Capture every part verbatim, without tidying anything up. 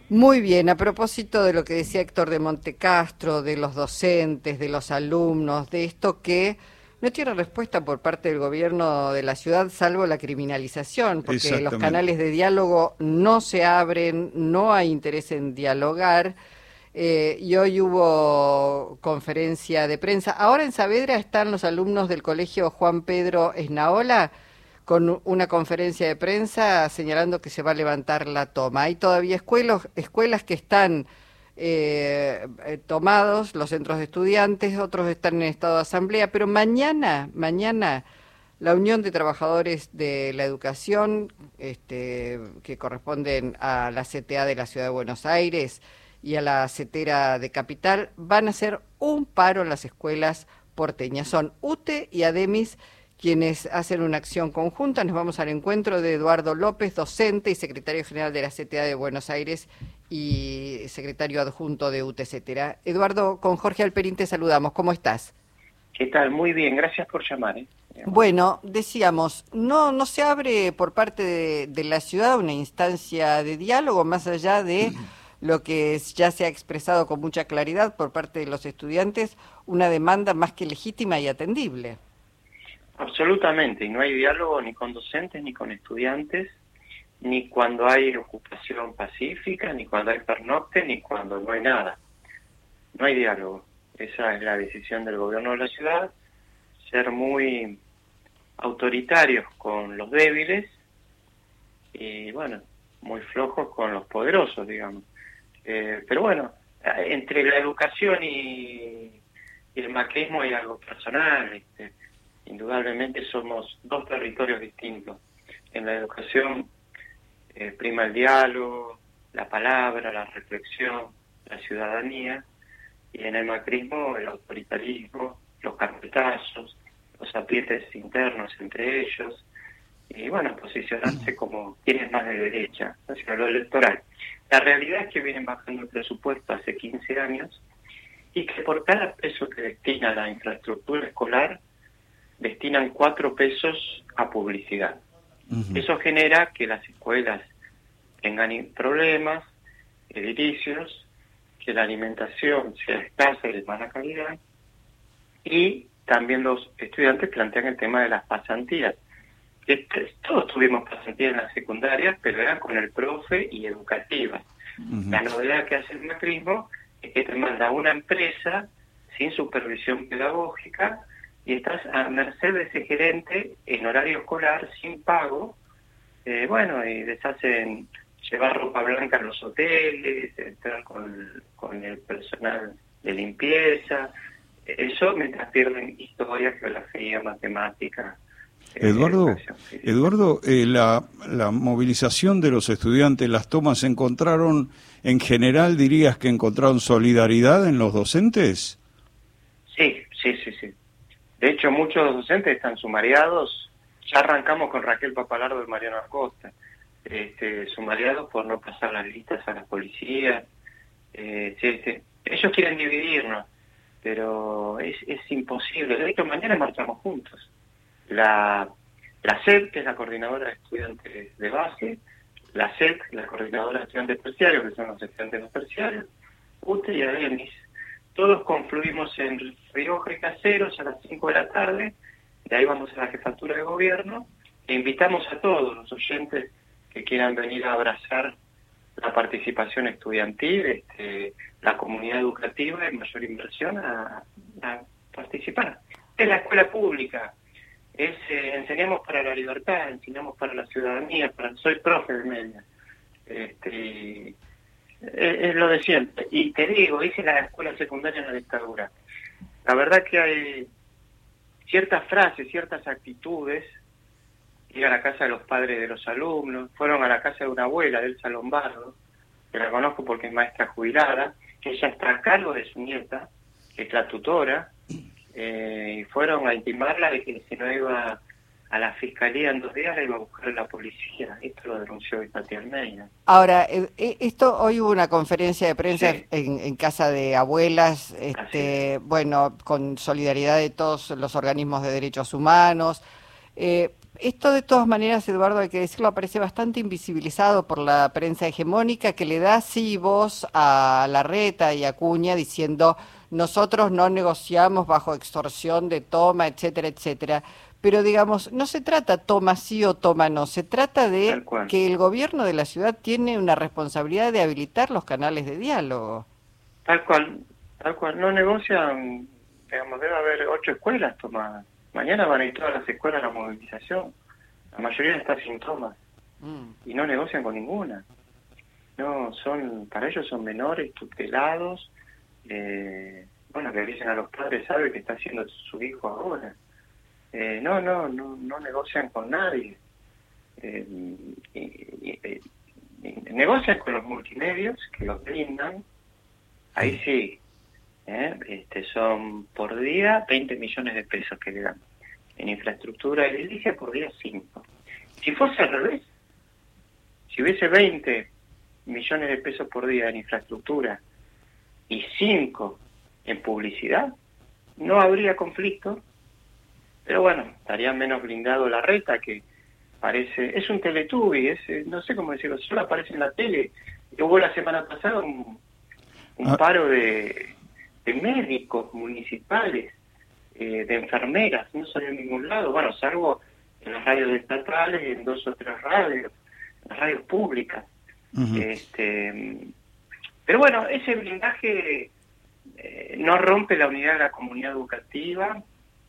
Muy bien, a propósito de lo que decía Héctor de Montecastro, de los docentes, de los alumnos, de esto que no tiene respuesta por parte del gobierno de la ciudad, salvo la criminalización, porque los Exactamente. canales de diálogo no se abren, no hay interés en dialogar. Eh, y hoy hubo conferencia de prensa. Ahora en Saavedra están los alumnos del colegio Juan Pedro Esnaola con una conferencia de prensa señalando que se va a levantar la toma. Hay todavía escuelos, escuelas que están eh, eh, tomados, los centros de estudiantes, otros están en estado de asamblea, pero mañana, mañana la Unión de Trabajadores de la Educación, este, que corresponden a la C T A de la Ciudad de Buenos Aires y a la CETERA de Capital, van a hacer un paro en las escuelas porteñas. Son UTE y ADEMIS quienes hacen una acción conjunta. Nos vamos al encuentro de Eduardo López, docente y secretario general de la C T A de Buenos Aires y secretario adjunto de UTE CETERA. Eduardo, con Jorge Alperín te saludamos. ¿Cómo estás? ¿Qué tal? Muy bien, gracias por llamar. ¿eh? Bueno, decíamos, no, no se abre por parte de, de la ciudad una instancia de diálogo más allá de lo que ya se ha expresado con mucha claridad por parte de los estudiantes, una demanda más que legítima y atendible. Absolutamente, y no hay diálogo ni con docentes ni con estudiantes, ni cuando hay ocupación pacífica, ni cuando hay pernocte, ni cuando no hay nada. No hay diálogo. Esa es la decisión del gobierno de la ciudad, ser muy autoritarios con los débiles y, bueno, muy flojos con los poderosos, digamos. Eh, pero bueno, entre la educación y, y el macrismo hay algo personal, ¿viste? Indudablemente somos dos territorios distintos. En la educación eh, prima el diálogo, la palabra, la reflexión, la ciudadanía, y en el macrismo el autoritarismo, los carpetazos, los aprietes internos entre ellos, y bueno, posicionarse como quienes más de derecha, hacia lo electoral. La realidad es que vienen bajando el presupuesto hace quince años, y que por cada peso que destina a la infraestructura escolar, destinan cuatro pesos a publicidad. Uh-huh. Eso genera que las escuelas tengan problemas, edilicios, que la alimentación sea escasa y de mala calidad, y también los estudiantes plantean el tema de las pasantías. Todos tuvimos pasantías en la secundaria, pero eran con el profe y educativas. Uh-huh. La novedad que hace el macrismo es que te manda a una empresa sin supervisión pedagógica y estás a merced de ese gerente en horario escolar, sin pago, eh, bueno, y deshacen llevar ropa blanca a los hoteles, entrar con, con el personal de limpieza, eso mientras pierden historia, geografía, matemática. Eduardo, eh, Eduardo eh, la, la movilización de los estudiantes, las tomas, ¿encontraron, en general dirías que encontraron solidaridad en los docentes? Sí, sí, sí, sí. De hecho, muchos docentes están sumariados. Ya arrancamos con Raquel Papalardo y Mariano Acosta, este, sumariados por no pasar las listas a la policía. Eh, sí, sí. Ellos quieren dividirnos, pero es, es imposible. De hecho, mañana marchamos juntos. La, la C E P, que es la coordinadora de estudiantes de base, la C E P, la coordinadora de estudiantes terciarios, que son los estudiantes no terciarios, UTE y ADEMIS. Todos confluimos en Rioja y Caseros a las cinco de la tarde, de ahí vamos a la jefatura de gobierno, e invitamos a todos los oyentes que quieran venir a abrazar la participación estudiantil, este, la comunidad educativa y mayor inversión a, a participar. Es la escuela pública, es eh, enseñamos para la libertad, enseñamos para la ciudadanía, para soy profe de media. Este, es lo de siempre. Y te digo, hice la escuela secundaria en la dictadura. La verdad que hay ciertas frases, ciertas actitudes. Ir a la casa de los padres de los alumnos, fueron a la casa de una abuela, Elsa Lombardo, que la conozco porque es maestra jubilada, que ella está a cargo de su nieta, que es la tutora, eh, y fueron a intimarla de que si no iba a la fiscalía en dos días la iba a buscar la policía. Esto lo denunció hoy Tati Almeida. Ahora, eh, esto hoy hubo una conferencia de prensa Sí. en, en casa de abuelas, este, bueno, con solidaridad de todos los organismos de derechos humanos. Eh, Esto de todas maneras, Eduardo, hay que decirlo, aparece bastante invisibilizado por la prensa hegemónica que le da sí voz a Larreta y a Acuña diciendo nosotros no negociamos bajo extorsión de toma, etcétera, etcétera. Pero digamos, no se trata toma sí o toma no, se trata de que el gobierno de la ciudad tiene una responsabilidad de habilitar los canales de diálogo. Tal cual, tal cual, no negocian, digamos, debe haber ocho escuelas tomadas. Mañana van a ir todas las escuelas a la movilización. La mayoría está sin tomas. Mm. Y no negocian con ninguna. No, son, para ellos son menores, tutelados. Eh, bueno, que dicen a los padres, sabe que está haciendo su hijo ahora. Eh, no, no, no, no negocian con nadie. Eh, y, y, y, y, negocian con los multimedios que los brindan. Ahí sí. ¿Eh? Este, son por día veinte millones de pesos que le dan en infraestructura edilicia, por día cinco. Si fuese al revés, si hubiese veinte millones de pesos por día en infraestructura y cinco en publicidad, no habría conflicto, pero bueno, estaría menos blindado Larreta, que parece, es un Teletubby, es, no sé cómo decirlo, solo aparece en la tele. Hubo la semana pasada un, un ah. paro de de médicos municipales, eh, de enfermeras, no salió en ningún lado, bueno, salvo en las radios estatales y en dos o tres radios, en las radios públicas. Uh-huh. este Pero bueno, ese blindaje eh, no rompe la unidad de la comunidad educativa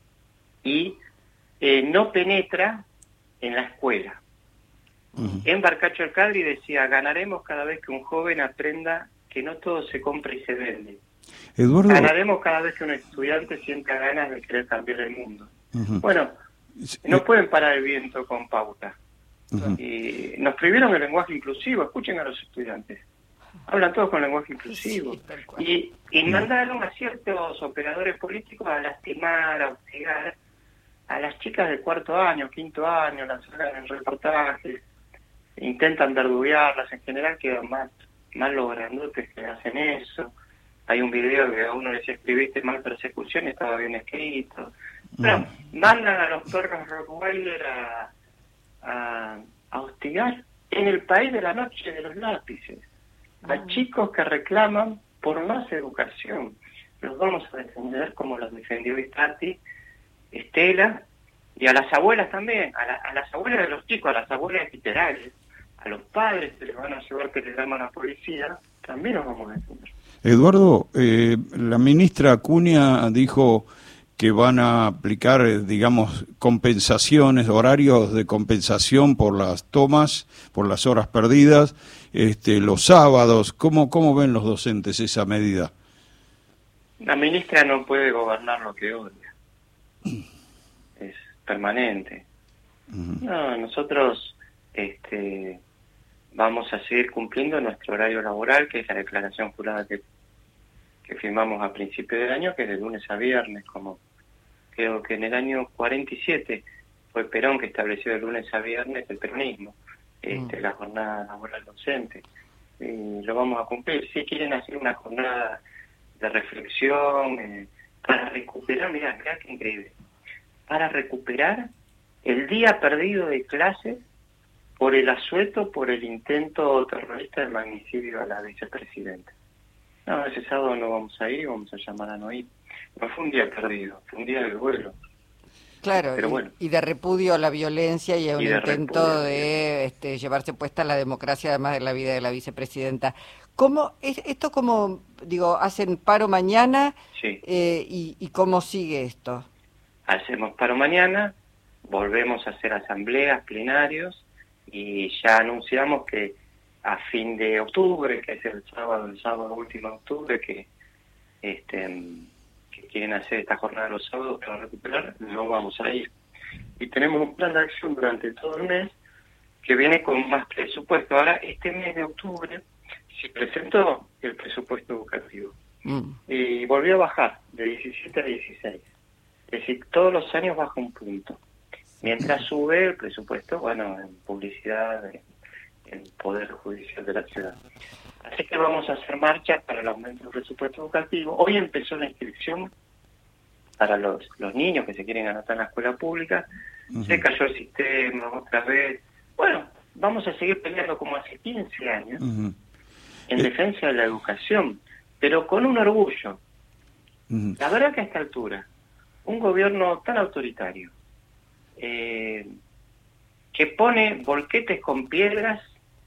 y eh, no penetra en la escuela. Uh-huh. En Barcacho Alcadri decía, ganaremos cada vez que un joven aprenda que no todo se compra y se vende. Eduardo... Ganaremos cada vez que un estudiante sienta ganas de querer cambiar el mundo. Uh-huh. Bueno, no pueden parar el viento con pauta. Uh-huh. Y nos prohibieron el lenguaje inclusivo. Escuchen a los estudiantes. Hablan todos con lenguaje inclusivo. Sí, y, y mandaron a ciertos operadores políticos a lastimar, a hostigar a las chicas de cuarto año, quinto año, las sacan en reportajes, intentan verduguearlas. En general quedan más, más los grandotes que hacen eso. Hay un video que a uno le decía, escribiste mal persecución y estaba bien escrito. Pero no. mandan a los perros Rottweiler a, a, a hostigar en el país de la noche de los lápices. No. A chicos que reclaman por más educación. Los vamos a defender como los defendió Istati, Estela, y a las abuelas también, a, la, a las abuelas de los chicos, a las abuelas literales, a los padres que les van a llevar telegrama a la policía, también los vamos a defender. Eduardo, eh, la ministra Acuña dijo que van a aplicar, eh, digamos, compensaciones, horarios de compensación por las tomas, por las horas perdidas, este, los sábados. ¿Cómo, cómo ven los docentes esa medida? La ministra no puede gobernar lo que odia. Es permanente. Uh-huh. No, nosotros este, vamos a seguir cumpliendo nuestro horario laboral, que es la declaración jurada que, que firmamos a principio del año, que es de lunes a viernes, como creo que en el año cuarenta y siete fue Perón que estableció de lunes a viernes el peronismo, este, uh-huh. la jornada laboral docente. Y lo vamos a cumplir. Si quieren hacer una jornada de reflexión, eh, para recuperar, mirá, mirá qué increíble, para recuperar el día perdido de clases por el asueto, por el intento terrorista del magnicidio a la vicepresidenta. No, ese sábado no vamos a ir, vamos a llamar a no ir. No fue un día perdido, fue un día de duelo. Claro, Pero y, bueno. y de repudio a la violencia y a un y de intento repudio, de este, llevarse puesta la democracia, además de la vida de la vicepresidenta. ¿Cómo es esto? ¿Cómo, digo, hacen paro mañana? Sí. Eh, y, ¿Y cómo sigue esto? Hacemos paro mañana, volvemos a hacer asambleas, plenarios, y ya anunciamos que a fin de octubre, que es el sábado, el sábado último de octubre, que este que quieren hacer esta jornada los sábados para recuperar, no vamos a ir. Y tenemos un plan de acción durante todo el mes que viene con más presupuesto. Ahora, este mes de octubre se presentó el presupuesto educativo mm. y volvió a bajar de diecisiete a dieciséis. Es decir, todos los años baja un punto. Mientras sube el presupuesto, bueno, en publicidad, en, en Poder Judicial de la ciudad. Así que vamos a hacer marcha para el aumento del presupuesto educativo. Hoy empezó la inscripción para los, los niños que se quieren anotar en la escuela pública. Uh-huh. Se cayó el sistema otra vez. Bueno, vamos a seguir peleando como hace quince años uh-huh. en eh. defensa de la educación, pero con un orgullo. Uh-huh. La verdad que a esta altura, un gobierno tan autoritario, eh, que pone volquetes con piedras,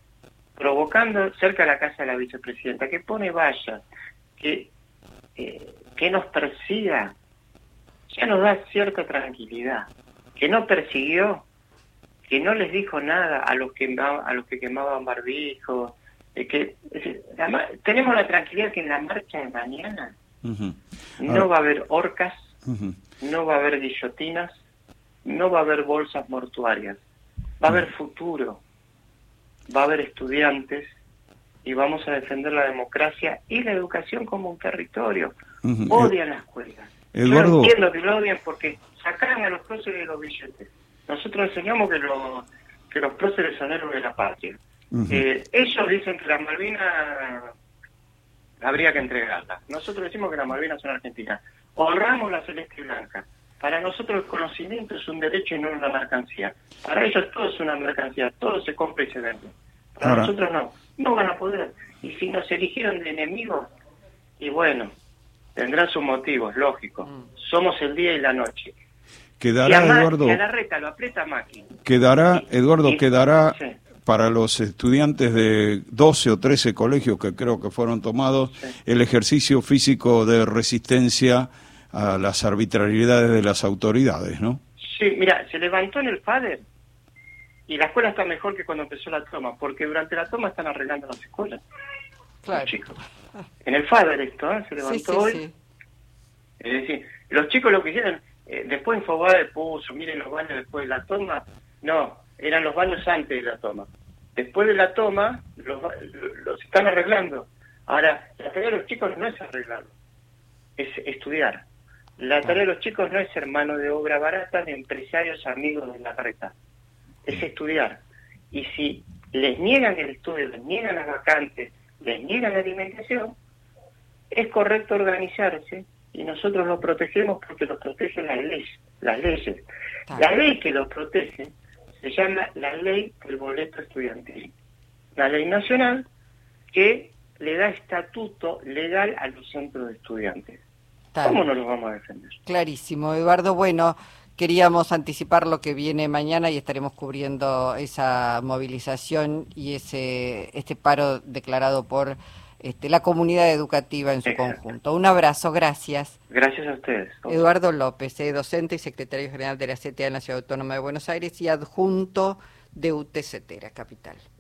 provocando cerca de la casa de la vicepresidenta, que pone vallas, que, eh, que nos persiga, ya nos da cierta tranquilidad. Que no persiguió, que no les dijo nada a los que a los que quemaban barbijos, eh, que eh, la, tenemos la tranquilidad que en la marcha de mañana uh-huh. no Ahora, va a haber horcas, uh-huh. no va a haber guillotinas, no va a haber bolsas mortuarias, va a uh-huh. haber futuro, va a haber estudiantes y vamos a defender la democracia y la educación como un territorio. Uh-huh. Odian la escuela. Eduardo... Yo entiendo que lo odian porque sacan a los próceres de los billetes. Nosotros enseñamos que, lo, que los próceres son héroes de la patria. Uh-huh. Eh, ellos dicen que las Malvinas habría que entregarlas. Nosotros decimos que las Malvinas son argentinas. Honramos la celeste y blanca. Para nosotros el conocimiento es un derecho y no una mercancía. Para ellos todo es una mercancía, todo se compra y se vende. Para Ahora. nosotros no, no van a poder. Y si nos eligieron de enemigos, y bueno, tendrán sus motivos, lógico. Mm. Somos el día y la noche. Quedará, si a Eduardo. Si a la reta lo aprieta Macri. Quedará, y, Eduardo, y, quedará sí. para los estudiantes de doce o trece colegios que creo que fueron tomados, sí. el ejercicio físico de resistencia a las arbitrariedades de las autoridades, ¿no? Sí, mira, se levantó en el FADER y la escuela está mejor que cuando empezó la toma, porque durante la toma están arreglando las escuelas. Claro. Los chicos. En el FADER esto, ¿eh? Se levantó sí, sí, hoy. Sí. Es decir, los chicos lo que hicieron, eh, después Infobae puso, miren los baños después de la toma. No, eran los baños antes de la toma. Después de la toma, los, los están arreglando. Ahora, la tarea de los chicos no es arreglarlo, es estudiar. La tarea de los chicos no es ser mano de obra barata de empresarios amigos de la reta, es estudiar. Y si les niegan el estudio, les niegan las vacantes, les niegan la alimentación, es correcto organizarse y nosotros los protegemos porque los protegen las leyes. Las leyes. La ley que los protege se llama la ley del boleto estudiantil, la ley nacional que le da estatuto legal a los centros de estudiantes. Tal. ¿Cómo no los vamos a defender? Clarísimo, Eduardo. Bueno, queríamos anticipar lo que viene mañana y estaremos cubriendo esa movilización y ese este paro declarado por este, la comunidad educativa en su Exacto. conjunto. Un abrazo, gracias. Gracias a ustedes. Eduardo López, eh, docente y secretario general de la C T A en la Ciudad Autónoma de Buenos Aires y adjunto de UTCetera, Capital.